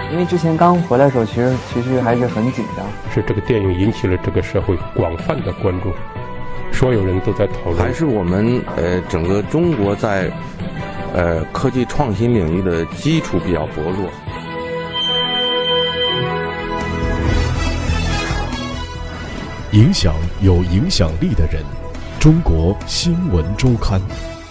因为之前刚回来的时候，其实还是很紧张。 是这个电影引起了这个社会广泛的关注，所有人都在讨论。 还是我们整个中国在科技创新领域的基础比较薄弱。 影响有影响力的人，中国新闻周刊。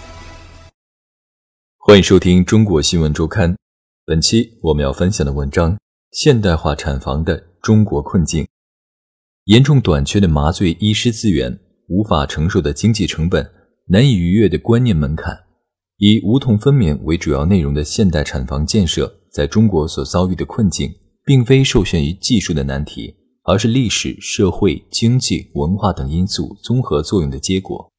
欢迎收听中国新闻周刊。本期我们要分享的文章：现代化产房的中国困境。严重短缺的麻醉医师资源，无法承受的经济成本，难以逾越的观念门槛。以无痛分娩为主要内容的现代产房建设在中国所遭遇的困境，并非受限于技术的难题，而是历史、社会、经济、文化等因素综合作用的结果。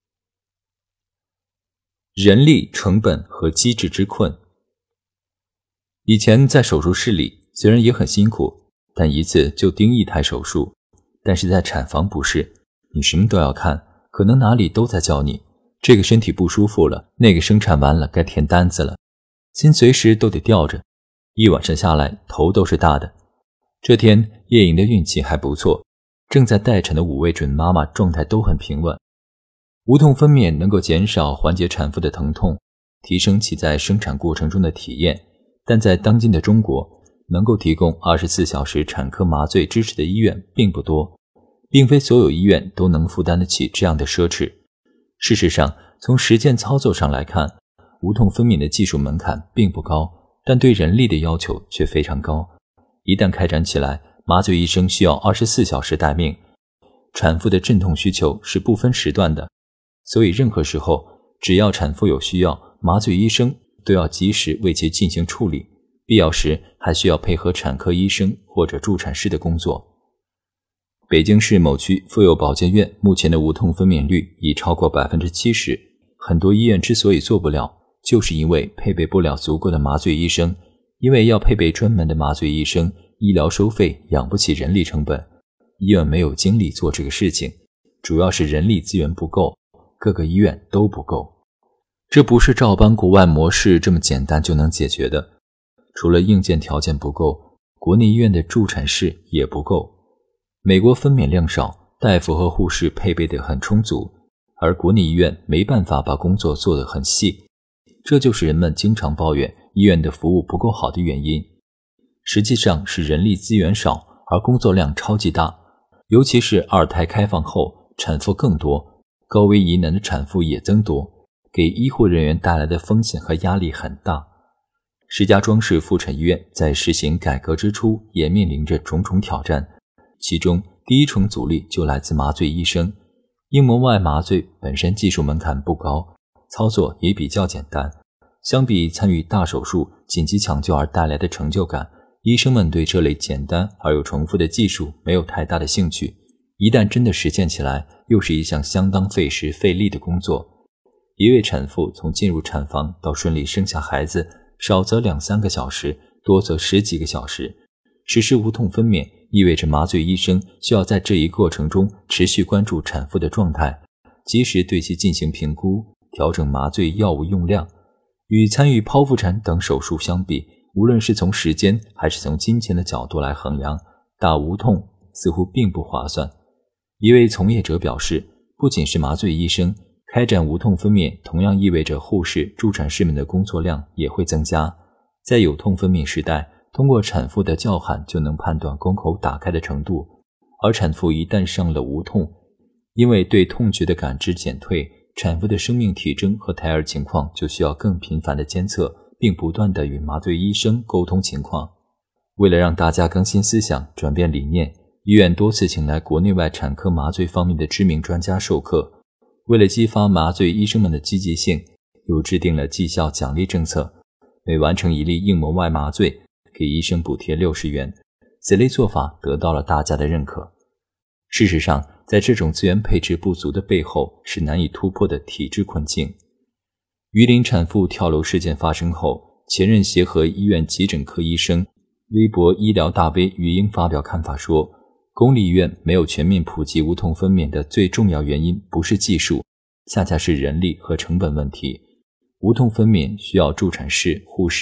人力、成本和机制之困。以前在手术室里虽然也很辛苦，但一次就盯一台手术，但是在产房不是，你什么都要看，可能哪里都在叫你，这个身体不舒服了，那个生产完了，该填单子了，心随时都得吊着，一晚上下来头都是大的。这天叶颖的运气还不错，正在待产的5位准妈妈状态都很平稳。无痛分娩能够减少缓解产妇的疼痛，提升其在生产过程中的体验，但在当今的中国，能够提供24小时产科麻醉支持的医院并不多，并非所有医院都能负担得起这样的奢侈。事实上，从实践操作上来看，无痛分娩的技术门槛并不高，但对人力的要求却非常高。一旦开展起来，麻醉医生需要24小时待命，产妇的镇痛需求是不分时段的，所以任何时候，只要产妇有需要，麻醉医生都要及时为其进行处理，必要时还需要配合产科医生或者助产师的工作。北京市某区妇幼保健院目前的无痛分娩率已超过 70%， 很多医院之所以做不了，就是因为配备不了足够的麻醉医生，因为要配备专门的麻醉医生，医疗收费养不起人力成本，医院没有精力做这个事情，主要是人力资源不够，各个医院都不够。这不是照搬国外模式这么简单就能解决的。除了硬件条件不够，国内医院的助产士也不够。美国分娩量少，大夫和护士配备得很充足，而国内医院没办法把工作做得很细，这就是人们经常抱怨医院的服务不够好的原因。实际上是人力资源少，而工作量超级大，尤其是2胎开放后，产妇更多，高危疑难的产妇也增多，给医护人员带来的风险和压力很大。石家庄市妇产医院在实行改革之初也面临着种种挑战，其中第一重阻力就来自麻醉医生。硬膜外麻醉本身技术门槛不高，操作也比较简单，相比参与大手术、紧急抢救而带来的成就感，医生们对这类简单而又重复的技术没有太大的兴趣，一旦真的实践起来，又是一项相当费时费力的工作。一位产妇从进入产房到顺利生下孩子，少则2-3个小时，多则10几个小时。实施无痛分娩意味着麻醉医生需要在这一过程中持续关注产妇的状态，及时对其进行评估，调整麻醉药物用量。与参与剖腹产等手术相比，无论是从时间还是从金钱的角度来衡量，打无痛似乎并不划算。一位从业者表示，不仅是麻醉医生，开展无痛分娩同样意味着护士、助产士们的工作量也会增加。在有痛分娩时代，通过产妇的叫喊就能判断宫口打开的程度，而产妇一旦上了无痛，因为对痛觉的感知减退，产妇的生命体征和胎儿情况就需要更频繁的监测，并不断地与麻醉医生沟通情况。为了让大家更新思想、转变理念，医院多次请来国内外产科麻醉方面的知名专家授课。为了激发麻醉医生们的积极性，又制定了绩效奖励政策，每完成1例硬膜外麻醉，给医生补贴60元。此类做法得到了大家的认可。事实上，在这种资源配置不足的背后，是难以突破的体制困境。榆林产妇跳楼事件发生后，前任协和医院急诊科医生、微博医疗大 V 于英发表看法说，公立医院没有全面普及无痛分娩的最重要原因不是技术，恰恰是人力和成本问题。无痛分娩需要助产士、护士、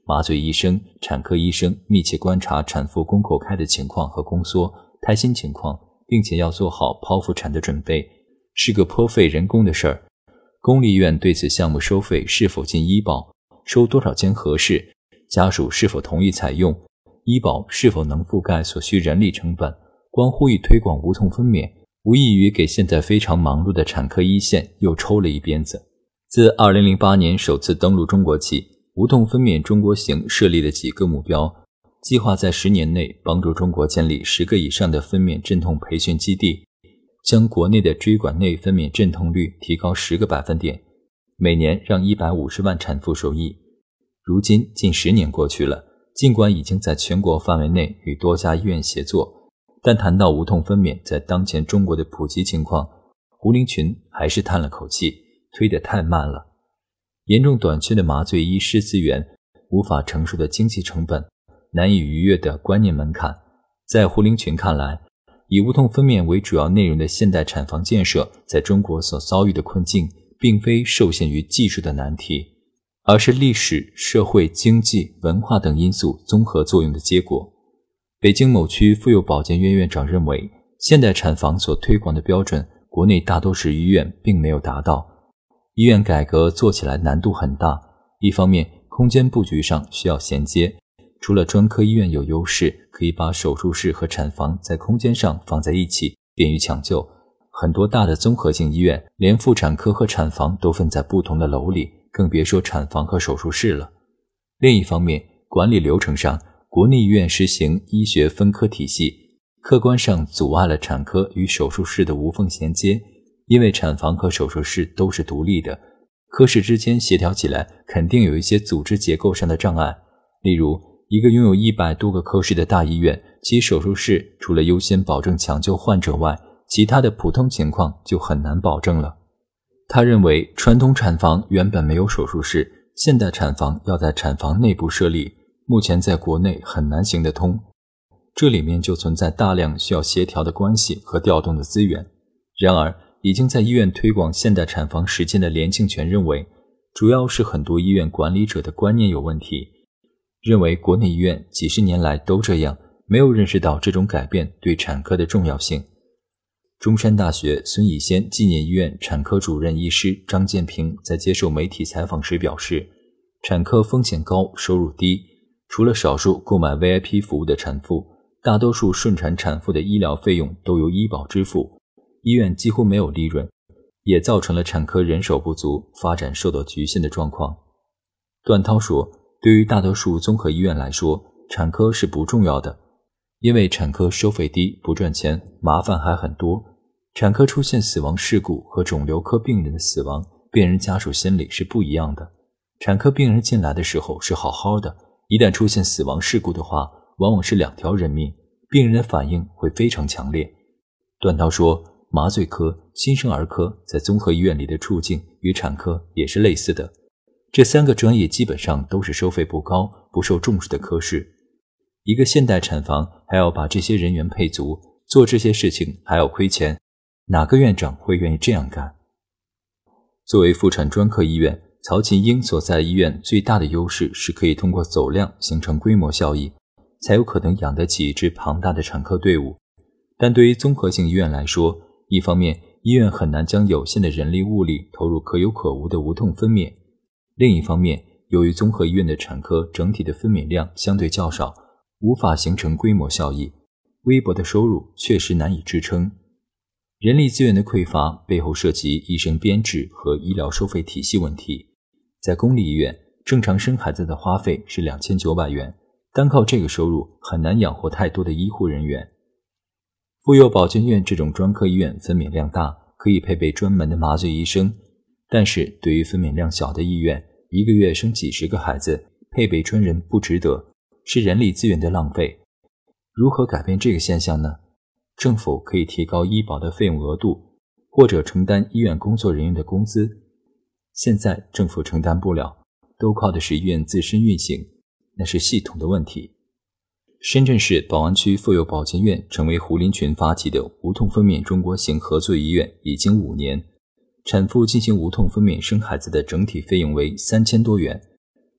麻醉医生、产科医生密切观察产妇宫口开的情况和宫缩、胎心情况，并且要做好剖腹产的准备，是个颇费人工的事儿。公立医院对此项目收费是否进医保，收多少钱合适，家属是否同意采用，医保是否能覆盖所需人力成本，光呼吁推广无痛分娩，无异于给现在非常忙碌的产科一线又抽了一鞭子。自2008年首次登陆中国起，无痛分娩中国行设立了几个目标，计划在10年内帮助中国建立10个以上的分娩阵痛培训基地，将国内的椎管内分娩阵痛率提高10个百分点，每年让150万产妇受益。如今近10年过去了，尽管已经在全国范围内与多家医院协作，但谈到无痛分娩在当前中国的普及情况，胡林群还是叹了口气，推得太慢了。严重短缺的麻醉医师资源，无法承受的经济成本，难以逾越的观念门槛，在胡林群看来，以无痛分娩为主要内容的现代产房建设在中国所遭遇的困境，并非受限于技术的难题，而是历史、社会、经济、文化等因素综合作用的结果。北京某区妇幼保健院院长认为，现代产房所推广的标准，国内大多数医院并没有达到。医院改革做起来难度很大，一方面空间布局上需要衔接，除了专科医院有优势，可以把手术室和产房在空间上放在一起，便于抢救。很多大的综合性医院连妇产科和产房都分在不同的楼里，更别说产房和手术室了。另一方面，管理流程上，国内医院实行医学分科体系，客观上阻碍了产科与手术室的无缝衔接，因为产房和手术室都是独立的，科室之间协调起来肯定有一些组织结构上的障碍。例如，一个拥有100多个科室的大医院，其手术室除了优先保证抢救患者外，其他的普通情况就很难保证了。他认为，传统产房原本没有手术室，现代产房要在产房内部设立，目前在国内很难行得通，这里面就存在大量需要协调的关系和调动的资源。然而，已经在医院推广现代产房实践的连庆全认为，主要是很多医院管理者的观念有问题，认为国内医院几十年来都这样，没有认识到这种改变对产科的重要性。中山大学孙逸仙纪念医院产科主任医师张建平在接受媒体采访时表示，产科风险高，收入低，除了少数购买 VIP 服务的产妇，大多数顺产产妇的医疗费用都由医保支付，医院几乎没有利润，也造成了产科人手不足、发展受到局限的状况。段涛说，对于大多数综合医院来说，产科是不重要的，因为产科收费低，不赚钱，麻烦还很多。产科出现死亡事故和肿瘤科病人的死亡，病人家属心理是不一样的。产科病人进来的时候是好好的，一旦出现死亡事故的话，往往是2条人命，病人的反应会非常强烈。段涛说，麻醉科、新生儿科在综合医院里的处境与产科也是类似的，这3个专业基本上都是收费不高、不受重视的科室。一个现代产房还要把这些人员配足，做这些事情还要亏钱，哪个院长会愿意这样干？作为妇产专科医院，曹琴英所在医院最大的优势是可以通过走量形成规模效益，才有可能养得起一支庞大的产科队伍。但对于综合性医院来说，一方面医院很难将有限的人力物力投入可有可无的无痛分娩，另一方面由于综合医院的产科整体的分娩量相对较少，无法形成规模效益，微薄的收入确实难以支撑。人力资源的匮乏背后涉及医生编制和医疗收费体系问题。在公立医院，正常生孩子的花费是2900元，单靠这个收入很难养活太多的医护人员。妇幼保健院这种专科医院分娩量大，可以配备专门的麻醉医生，但是对于分娩量小的医院，一个月生几十个孩子，配备专人不值得，是人力资源的浪费。如何改变这个现象呢？政府可以提高医保的费用额度，或者承担医院工作人员的工资。现在政府承担不了，都靠的是医院自身运行，那是系统的问题。深圳市宝安区妇幼保健院成为胡林群发起的无痛分娩中国行合作医院已经5年，产妇进行无痛分娩生孩子的整体费用为3000多元，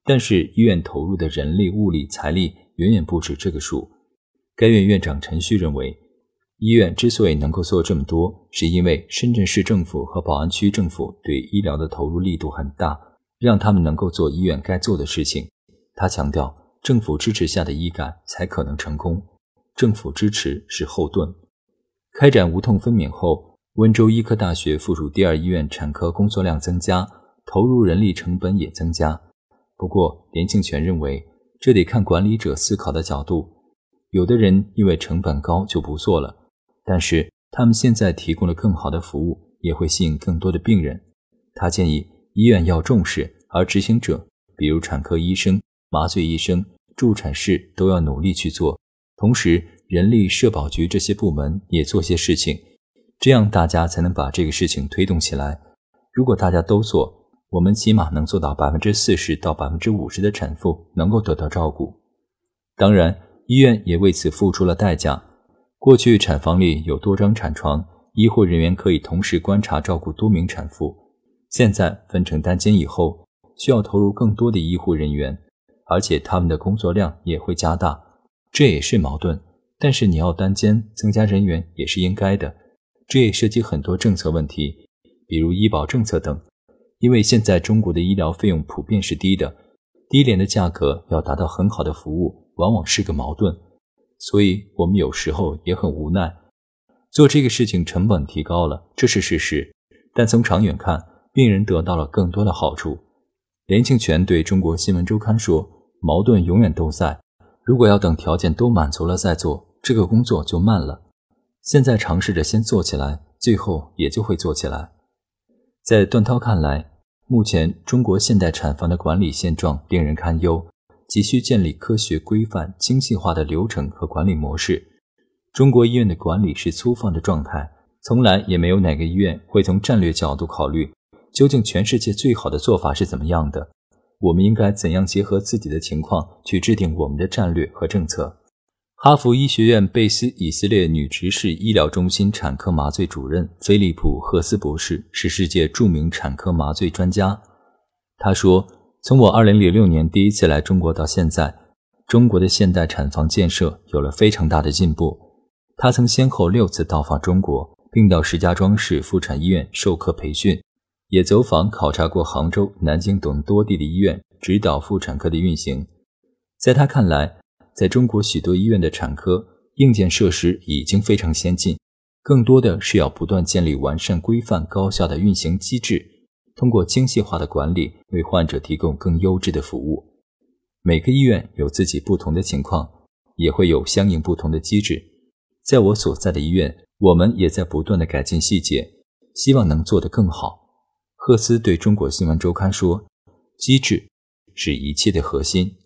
但是医院投入的人力、物力、财力远远不止这个数。该院院长陈旭认为，医院之所以能够做这么多，是因为深圳市政府和宝安区政府对医疗的投入力度很大，让他们能够做医院该做的事情。他强调，政府支持下的医改才可能成功，政府支持是后盾。开展无痛分娩后，温州医科大学附属第二医院产科工作量增加，投入人力成本也增加。不过连庆全认为，这得看管理者思考的角度，有的人因为成本高就不做了，但是他们现在提供了更好的服务，也会吸引更多的病人。他建议医院要重视，而执行者比如产科医生、麻醉医生、助产士都要努力去做，同时人力社保局这些部门也做些事情，这样大家才能把这个事情推动起来。如果大家都做，我们起码能做到 40% 到 50% 的产妇能够得到照顾。当然，医院也为此付出了代价。过去产房里有多张产床，医护人员可以同时观察照顾多名产妇。现在分成单间以后，需要投入更多的医护人员，而且他们的工作量也会加大，这也是矛盾。但是你要单间增加人员也是应该的，这也涉及很多政策问题，比如医保政策等。因为现在中国的医疗费用普遍是低的，低廉的价格要达到很好的服务，往往是个矛盾。所以我们有时候也很无奈，做这个事情成本提高了，这是事实，但从长远看，病人得到了更多的好处。连庆全对中国新闻周刊说，矛盾永远都在，如果要等条件都满足了再做，这个工作就慢了。现在尝试着先做起来，最后也就会做起来。在段涛看来，目前中国现代产房的管理现状令人堪忧，急需建立科学规范、精细化的流程和管理模式。中国医院的管理是粗放的状态，从来也没有哪个医院会从战略角度考虑，究竟全世界最好的做法是怎么样的，我们应该怎样结合自己的情况去制定我们的战略和政策。哈佛医学院贝斯以色列女执事医疗中心产科麻醉主任菲利普·赫斯博士是世界著名产科麻醉专家。他说，从我2006年第一次来中国到现在，中国的现代产房建设有了非常大的进步。他曾先后6次到访中国，并到石家庄市妇产医院授课培训，也走访考察过杭州、南京等多地的医院，指导妇产科的运行。在他看来，在中国许多医院的产科硬件设施已经非常先进，更多的是要不断建立完善、规范、高效的运行机制，通过精细化的管理为患者提供更优质的服务。每个医院有自己不同的情况，也会有相应不同的机制。在我所在的医院，我们也在不断地改进细节，希望能做得更好。赫斯对中国新闻周刊说，机制是一切的核心。